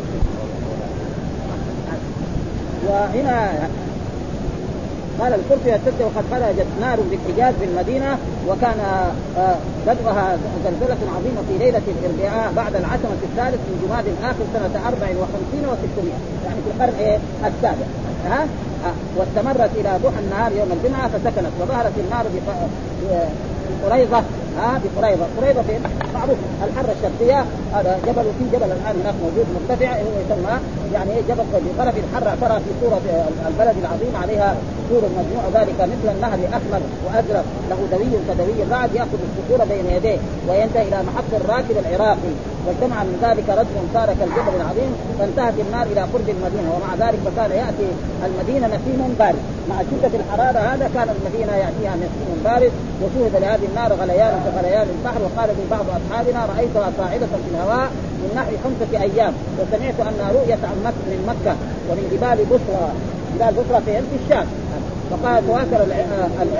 وهنا قال القرطبي السد وقد خرجت نار بالحجاز بالمدينة، وكان بدأها زلزلة عظيمة في ليلة الأربعاء بعد العتمة الثالث من جماد الآخر سنة 54 و600، يعني في القرن السابع. واستمرت إلى ضحى النهار يوم الجمعة فسكنت، وظهرت النار بقريظة. قريظة فين؟ معروف الحرة الشرقية. هذا جبل، في جبل الآن هناك موجود مرتفع هو يسمى يعني جبل بطرف الحرة، ترى في صورة البلد العظيم عليها سور مجموع ذلك مثل النهر أحمر وأزرق له دوي كدوي الرعد يأخذ الصخور بين يديه وينتهي إلى محط الراكب العراقي، واجتمع من ذلك رجل صار كالجبل العظيم، فانتهت النار إلى قرب المدينة. ومع ذلك فكان يأتي المدينة نسيم بارد، مع شدة الحرارة هذا كان المدينة يأتيها نسيم بارد. وشهد لهذه النار غليان كغليان البحر. وقال لي بعض أصحابنا رأيتها صاعدة في الهواء من نحو 5 أيام، وسمعت أنها رؤية عن من مكة ومن جبال بصرى. جبال بصرى في الشام. فقال تواكر العلم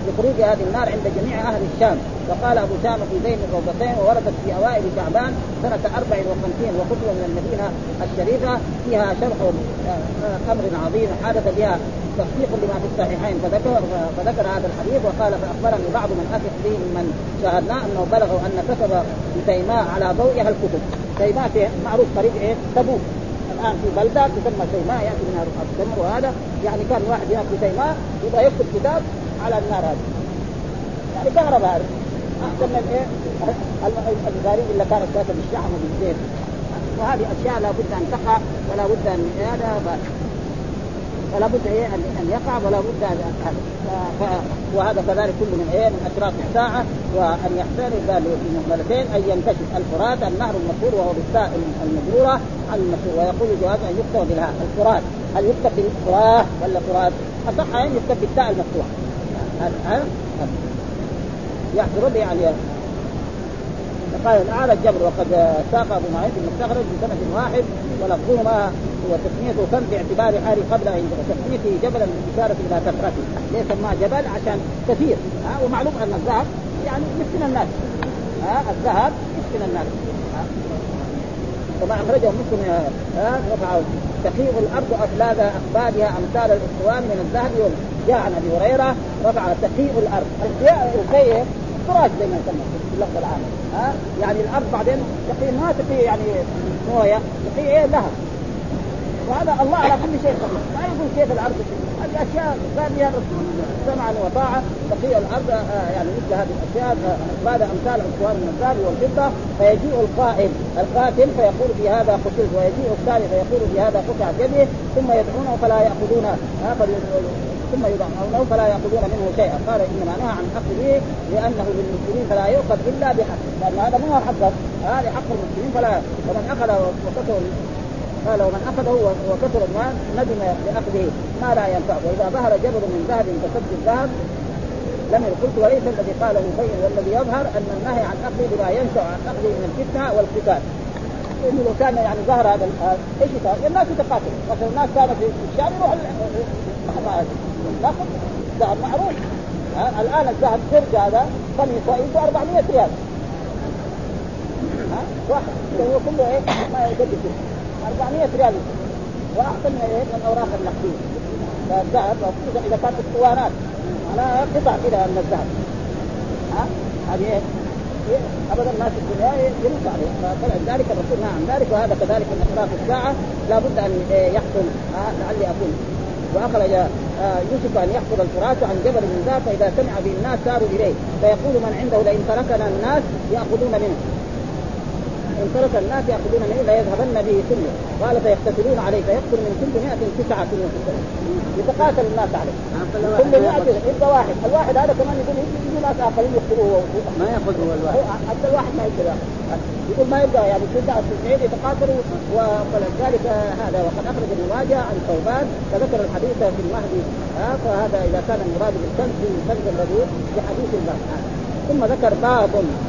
لخروج هذه النار عند جميع أهل الشام. وقال أبو شامة في زين الروضتين ووردت في أوائل شعبان سنة 54 وخطوة من المدينة الشريفة فيها شرح أمر عظيم حدث بها تصديق لما في الصحيحين. فذكر هذا الحديث وقال فأخبرني بعض من أثق به من شاهدنا أنه بلغوا أن كتب بتيماء على ضوئها الكتب. تيماء معروف قريب تبوك الآن في بلدة تسمى تيماء يأتي منها التمر. وهذا يعني كان واحد يأتي تيماء يبغى يكتب كتاب على النار هذه يعني كهرب هذا أحسن من الغريب اللي كانت كاتب بالشحم وبالزيت. وهذه أشياء لا بد أن تقع ولا بد أن هذا ولا بد أن يقع ولا بد وهذا كذلك كل من من أشراط الساعة. وأن يحتاج في مهملتين أن ينكشف الفرات النهر المشهور وهو بالتاء المجرورة عن المشهور. ويقول جواز أن يكتب بالهاء الفرات. هل يكتب بالفراه ولا فرات؟ أصح أن يكتب بالتاء المفتوحة يحضر به عليها. قال الأعلى الجبر وقد ساق أبو معين المستخرج بسنة واحد ولفظهما هو تسميته كم باعتبار حالي قبل أن تسميته جبلا بالإشارة إلى كثرته. ليس ما جبل عشان كثير ومعلوم أن الذهب يعني يسكن الناس الذهب يسكن الناس كما أخرجه مسلم رفعه تخيب الأرض أفلاذ أخبادها أمثال الأسوان من الذهب. جاء عن أبي هريرة رفع تخيب الأرض الخير تراج زي ما يسمى في اللفظ العام يعني الأرض بعدين تقي ما تقي يعني مويه تقي ذهب. وهذا الله على كل شيء قدير ما يقول كيف الأرض هذه أشياء قال بها الرسول سمعا وطاعة تقي الأرض يعني مثل هذه الأشياء بعد أمثال الأسوان من الذهب والفضة. فيجيء القاتل فيقول في هذا قتلت ويجيء الثاني فيقول في هذا قطعت يده ثم يدعونه فلا يأخذونه ثم يدعونه فلا يأخذون منه شيئا. قال إنما نهى عن حق به لأنه للمسلمين فلا يؤخذ إلا بحق لأن هذا ما هو حقه هذا حق المسلمين فلا. ومن أخذ وكثر قال ومن أخذه وكثر المال ندم لأخذه ما لا ينفع. وإذا ظهر جبل من ذهب كسد الذهب لم يقلت وليس الذي قاله مبين والذي يظهر أن النهي عن أخذه بما ينشأ عن أخذه من الفتنة والقتال. إنه لو كان يعني ظهر هذا إيش صار؟ الناس تقاتل مثلا الناس كانت في الشام يروح ناخذ ذهب معروف الآن الذهب سرج هذا قميص يبقى 400 ريال واحد هو كله ما يقدر 400 ريال وأحسن من أوراق النقدية. فالذهب إذا كانت اسطوانات على قطع كده من الذهب هذه أبدا الناس الدنيا يرد عليه. فلذلك الرسول نهى عن ذلك. وهذا كذلك من أشراط الساعة لا بد أن يحصل لعلي أقول. وأخرج يوسف أن يحفظ الفرات عن جبل من ذا فإذا سمع به الناس ساروا إليه فيقول من عنده لئن تركنا الناس يأخذون منه إن ترك الناس يأخذون منه لا يذهبن به كله. قال فيقتتلون عليه فيقتل من كل 109 يتقاتل الناس عليه كل 100 يبقى واحد الواحد هذا كمان يقول يجي ناس آخرين يقتلوه ما يأخذ هو الواحد حتى الواحد ما يقدر يقول ما يبقى يعني كل 90 يتقاتلوا. ولذلك هذا وقد أخرج ابن ماجه عن ثوبان فذكر الحديث في المهدي فهذا إذا كان المراد بالكنز كنز الرجل بحديث الباب. ثم ذكر باب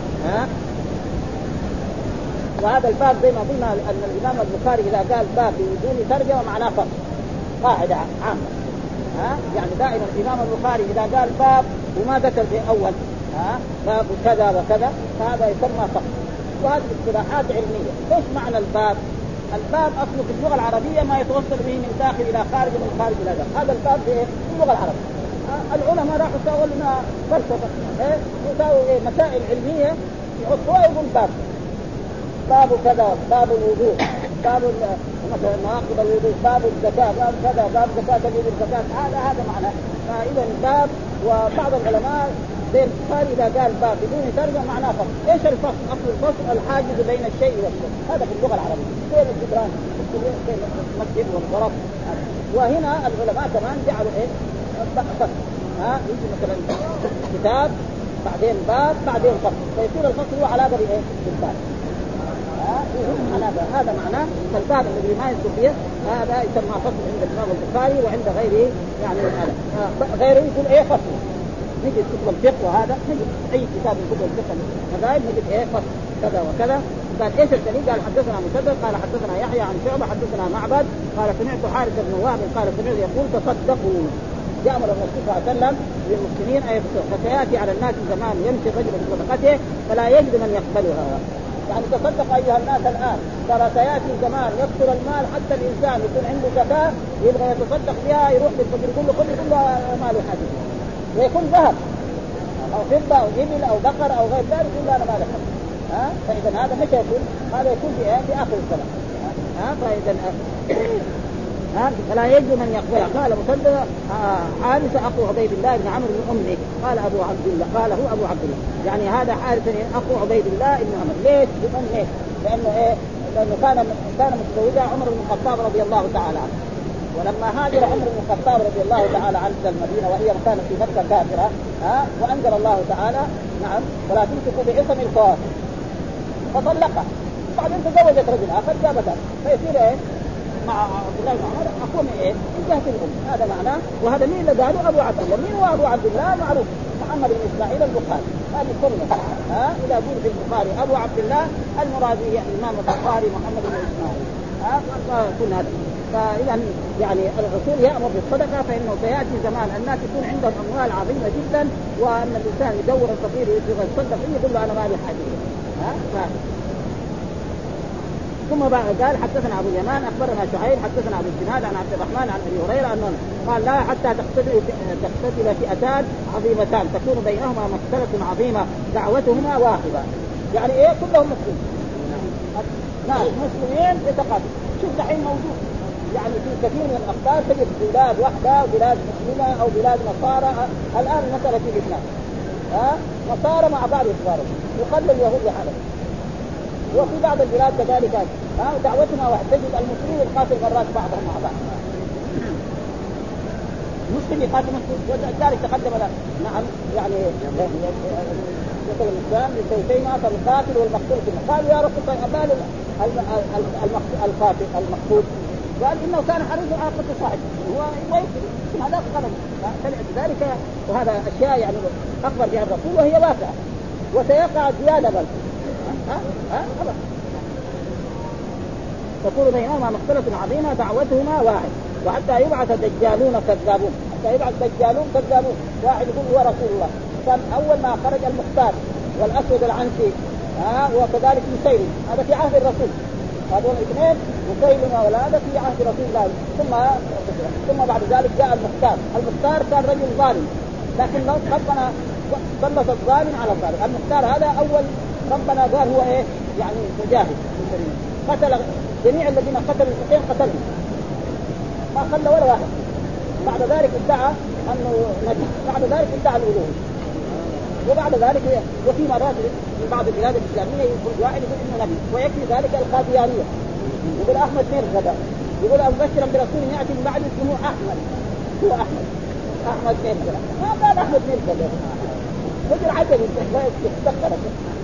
وهذا الباب زي ما قلنا أن الإمام البخاري إذا قال باب بدون ترجمة معناه فصل قاعدة عامة يعني دائما الإمام البخاري إذا قال باب وما ذكر في أول باب كذا وكذا فهذا يسمى فصل. وهذه اصطلاحات علمية. ايش معنى الباب؟ الباب أصله في اللغة العربية ما يتوصل به من داخل إلى خارج ومن خارج إلى داخل. هذا الباب في اللغة العربية. العلماء راحوا ساووا لنا فلسفة يساووا مسائل علمية يحطوها يقول باب كذا باب الوضوء باب مثلا نواقض الوضوء باب الزكاة باب كذا باب زكاة تجيب الزكاة هذا معناه. فإذا الباب وبعض العلماء زي البخاري إذا قال باب بدون ترجمة معناه فصل. إيش الفصل؟ أصل الفصل الحاجز بين الشيء والشيء هذا في اللغة العربية بين الجدران بين المسجد والغرف. وهنا العلماء كمان جعلوا فصل يجي مثلا كتاب بعدين باب بعدين فصل فيكون الفصل هو علاقة بالباب هذا معناه. فالباب الذي ما يذكر فيه هذا يسمى فصل عند الإمام البخاري وعند غيره يعني هذا غيره يقول فصل. نجد كتب الفقه وهذا نجد أي كتاب من كتب الفقه مذاهب نجد فصل كذا وكذا. قال ايش الدليل؟ قال حدثنا مسدد قال حدثنا يحيى عن شعبة حدثنا معبد قال سمعت حارث بن وهب قال سمعت يقول تصدقوا يأمر الرسول صلى الله عليه وسلم للمسلمين أن يفسقوا. فسيأتي على الناس زمان يمشي الرجل بصدقته فلا يجد من يقبلها. يعني تصدق أيها الناس الآن، ترى سيأتي زمان يكثر المال حتى الإنسان يكون عنده زكاة يبغى يتصدق بها يروح للفقير يقول له خذ كل مال حاجة، ويكون ذهب أو فضة أو إبل أو بقر أو غير ذلك يقول أنا مالي حاجة. فإذا هذا متى يكون؟ هذا يكون في آخر السنة. فإذا فلا يجد من يقبله. قال مسدد حارث أخو عبيد الله بن عمرو بن أمه قال أبو عبد الله، قال هو أبو عبد الله، يعني هذا حارث أخو عبيد الله بن عمرو. ليش؟ بأمه؟ لأنه لأنه كان متزوجها عمر بن الخطاب رضي الله تعالى عنه، ولما هاجر عمر بن الخطاب رضي الله تعالى عنه إلى المدينة وهي كانت في مكة كافرة وأنزل الله تعالى نعم ولا تمسكوا بعصم الكافر فطلقها، بعدين تزوجت رجل آخر جابتها، فيصير مع عبد الله بن عمر أقوم من جهة الأم. هذا معناه. وهذا مين اللي قالوا؟ أبو عبد الله. مين هو أبو عبد الله؟ معروف، محمد بن إسماعيل البخاري. هذه كلمة إذا قول في البخاري أبو عبد الله المرادي الإمام البخاري محمد بن إسماعيل كل هذا. فإذا يعني الرسول يأمر بالصدقة، فإنه سيأتي زمان الناس يكون عندهم أموال عظيمة جدا وأن الإنسان يدور الفقير يبغى يتصدق فيه يقول له أنا مالي حاجة. ثم قال حدثنا ابو اليمان اخبرنا شعيب حدثنا ابو الزناد عن عبد الرحمن عن ابي هريره انه قال لا حتى تقتتل فئتان عظيمتان تكون بينهما مقتله عظيمه دعوتهما واحده. يعني كلهم مسلمين. نعم مسلمين يتقاتل. شوف دحين موجود يعني في كثير من الاقطار تجد بلاد واحده بلاد مسلمه او بلاد نصارى. الان المساله في لبنان نصارى مع بعض يتفارقوا يخلوا اليهود لحالهم، وفي بعض البلاد كذلك دعوتنا واحد. تجد المسلمين يقاتل مرات بعضهم مع بعض، مسلم يقاتل مسلم. ولذلك تقدم نعم يعني مثل الإسلام لسيفين فالقاتل والمقتول فيه. قالوا يا رسول الله أبال القاتل المقتول؟ قال إنه كان حريصا على قتل صاحبه هو يمكن هذا غلط. ذلك وهذا أشياء يعني أخبر بها الرسول وهي واقعة وسيقع زيادة بل خلاص. تكون بينهما مختلف عظيمة دعوتهما واحد وحتى يبعث دجالون كذابون. حتى يبعث دجالون كذابون. واحد يقول هو رسول الله. كان أول ما خرج المختار والأسود العنسي وكذلك مسيلم هذا في عهد الرسول. هذول الاثنين مسيلم وهذا في عهد رسول الله. ثم بعد ذلك جاء المختار كان رجل ظالم، لكن ربنا سلط الظالم على الظالم. المختار هذا أول ربنا قال هو يعني مجاهد قتل جميع الذين قتلوا الحسين قتلهم ما خلى ولا واحد. بعد ذلك ادعى انه نبي، بعد ذلك ادعى الالوهيه، وبعد ذلك وفي مرات في بعض البلاد الاسلاميه يقول واحد يقول انه نبي. ويكفي ذلك القاديانيه يقول احمد ميرزا، يقول مبشرا برسول ياتي من بعد اسمه احمد. هو احمد ميرزا ما قال احمد ميرزا رجل عجب يتذكر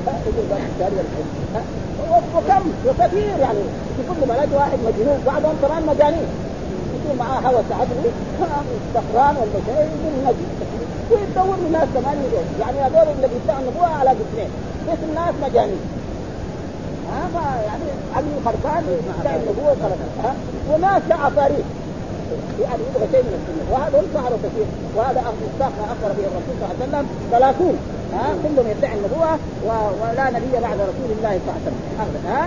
وكم وكثير يعني في كل بلد واحد مجنون، بعضهم كمان مجانين يكون معاه هوس عدوي سكران ولا شيء يقول نجي ويدور الناس كمان يعني هذول اللي بيدعوا النبوة على اثنين بس الناس مجانين يعني علي خربان يدعي النبوة خربان وناس كعفاريت يعني يبغى شيء من السنة. وهذا ظهروا كثير. وهذا مصداق ما أخبر به الرسول صلى الله عليه وسلم 30 كلهم يدعي النبوة ولا نبي بعد رسول الله صلى الله عليه وسلم أبدا.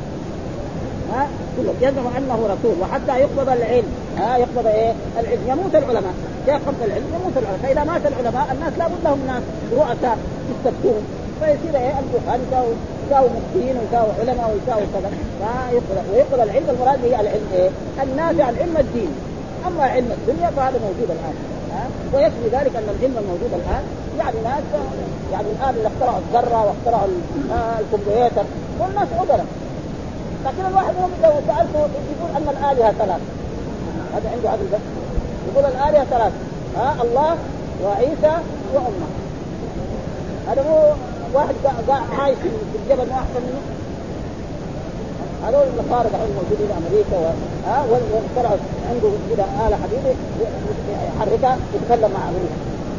كله يزعم أنه رسول. وحتى يقبض العلم يقبض العلم يموت العلماء. جاء قبض العلم يموت العلماء. فإذا مات العلماء الناس لا بد لهم ناس رؤساء يستفتون فيصير الجهال يساووا مفتين ويساووا علماء ويساووا كذا. ويقبض العلم المراد به العلم النافع العلم الدين. أما علم الدنيا فهذا موجود الآن. ويكفي ذلك أن العلم الموجود الآن يعني ناس يعني الآن اللي اخترعوا الذرة واخترعوا الكمبيوتر والناس عبرة. لكن الواحد منهم لو سألته يقول أن الآلهة ثلاث. هذا عنده هذا البحث يقول الآلهة ثلاث الله وعيسى وأمه. هذا هو واحد عايش في الجبل ما أحسن منه. هذول النصارى دحين موجودين في أمريكا واخترعوا عنده كده آلة حديدة يحركها يتكلم مع أمريكا.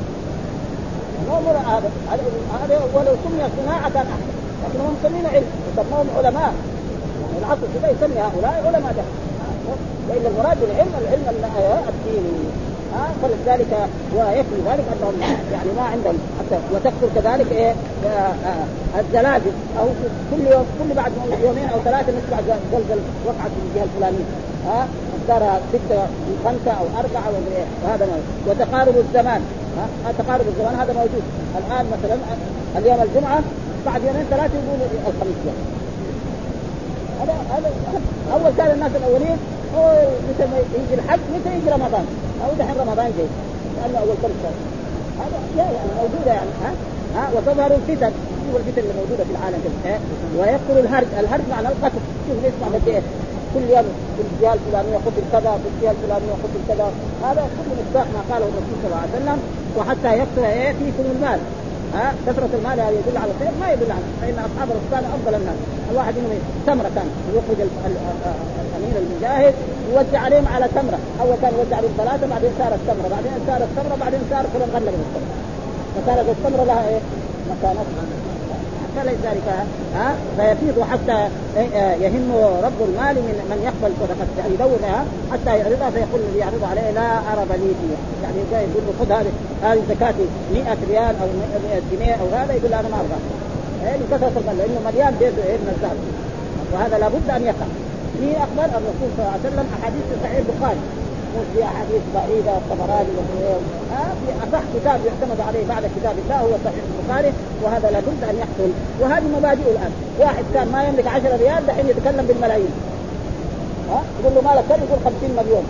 هذا ولو سمي صناعة كان أحسن، لكن هم مسمين علم وسموهم علماء. العصر كده يسمي هؤلاء علماء ده. وإلا المراد بالعلم العلم الديني فلذلك ويكفي ذلك أنهم يعني ما عندهم حتى. وتكثر كذلك إيه الزلازل، أو كل يوم كل بعد يومين أو ثلاثة نسمع زلزل وقعت في الجهة الفلانية مقدارها 6 من 5 أو 4 وهذا موجود. وتقارب الزمان، تقارب الزمان هذا موجود الآن. مثلا اليوم الجمعة بعد يومين 3 يقولوا الخميس يوم. هذا أول كان الناس الأولين متى يجي الحج متى يجي رمضان أو دحين رمضان جاي لأنه أول كرة. هذا يعني موجودة يعني وتظهر الفتن والفتن اللي موجودة في العالم كله. ويكثر الهرج معنى القتل. شوف نسمع قد كل يوم في الجهة الفلانية قتل كذا، في الجهة الفلانية قتل كذا. هذا كل مصداق ما قاله الرسول صلى الله عليه وسلم. وحتى يكثر فيكم المال. كثرة المال هذا يدل على الخير ما يدل على، فإن أصحاب الرسول أفضل الناس. الواحد منهم تمرة كان يخرج الأمير المجاهد يوزع عليهم على تمرة. أول كان يوزع عليهم 3 بعدين صارت تمرة بعدين صارت تمرة بعدين صار كل غلة من التمرة. فصارت التمرة لها مكانتها. فلذلك فيفيض حتى يهم رب المال من يقبل صدقة يعني يدورها حتى يعرضها فيقول الذي يعرض عليه لا أرب لي فيها. يعني يقول له خذ هذه زكاتي 100 ريال أو 100 جنيه أو هذا يقول أنا ما أرضى لكثرة المال لأنه مليان بيته من الزاد. وهذا لابد أن يقع. في أخبار الرسول صلى الله عليه وسلم أحاديث صحيح البخاري مش في أحاديث بعيدة الطبراني في أصح كتاب يعتمد عليه بعد كتاب الله هو صحيح البخاري. وهذا لابد أن يحصل. وهذه مبادئ الآن. واحد كان ما يملك 10 ريال دحين يتكلم بالملايين. يقول له مالك كم؟ يقول 50 مليون.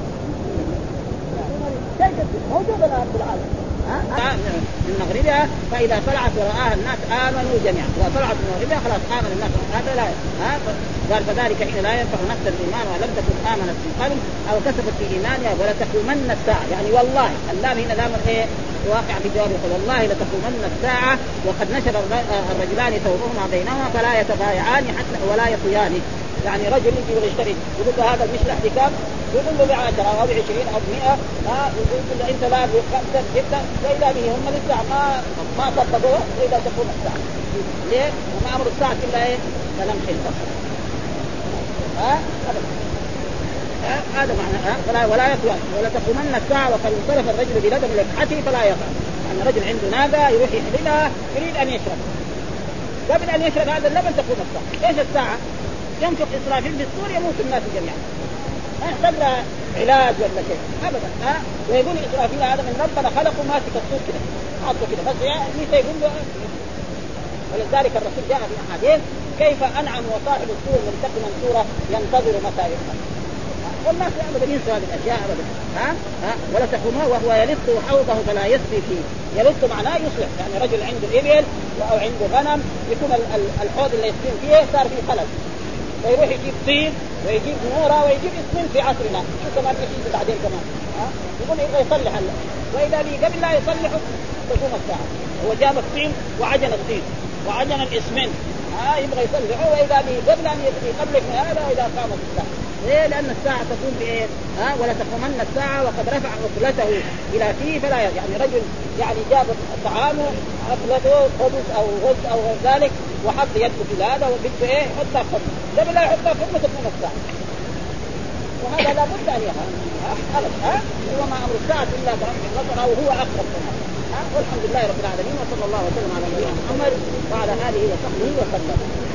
شيء موجود الآن في العالم. من مغربها فإذا طلعت ورآها الناس آمنوا جميعا. وطلعت من مغربها خلاص آمن الناس. هذا لا قال فذلك حين لا ينفع نفس الإيمان ولم تكن آمنت من قبل أو كسبت في إيمانها ولا تقومن الساعة. يعني والله اللام هنا لام واقع في جواب يقول والله لتقومن الساعة وقد نشر الرجلان ثوبهما بينهما فلا يتبايعان حتى ولا يطيان. يعني رجل يجي يشتري يقول له هذا المشلح بكام؟ يقول له ب10 أو ب20 أو ب100. يقول له أنت لا ب5 6 وإلى به هم للساعة ما طبقوها إذا تقوم الساعة. ليه؟ وما أمر الساعة إلا فلمح البصر. هذا معنى ولا يطلع ولا تقومن الساعة وقد انصرف الرجل بلدم لقحته فلا يطلع. يعني رجل عنده ناقة يروح يحللها يريد أن يشرب قبل أن يشرب هذا اللبن تقوم الساعة. إيش الساعة؟ ينفق إسرافيل بالسور يموت الناس جميعا. ما يحتاج لها علاج ولا شيء أبدا. ويقول إسرافيل هذا من ربنا خلقه ماسك السور كده حاطه كده بس يعني يقول له. ولذلك الرسول جاء في أحاديث كيف أنعم وصاحب السور منتقما سورة ينتظر متى يفعل. والناس أبدا ينسوا هذه الأشياء أبدا. ولا تقوموا وهو يلص حوضه فلا يسقي فيه. يلص معناه يصلح. يعني رجل عنده إبل أو عنده غنم يكون الحوض اللي يسقين فيه صار فيه خلل ويروح يجيب طين ويجيب نورة ويجيب اسمين في عصرنا شو كمان يجيب بعدين كمان يقول يبغى يصلح الله. وإذا بي قبل لا يصلح تقوم الساعة. هو جاب الطين وعجن الطين وعجن الاسمين يبغى يصلحه. وإذا بي قبل أن يقبلك من هذا وإذا قامت الساعة. ليه؟ لأن الساعة تكون بإيه؟ ولا تقومن الساعة وقد رفع عقلته إلى فيه فلا يعني رجل يعني جاب الطعام عقلته خبز أو غز أو غير ذلك وحط يده في هذا وبده إيه يحطها في قبل لا يحطها في تقوم الساعة. وهذا لابد أن يفعل. هو ما أمر الساعة إلا برفع البصر أو هو أقرب منها. والحمد لله رب العالمين وصلى الله وسلم على نبينا محمد وعلى آله وصحبه وسلم.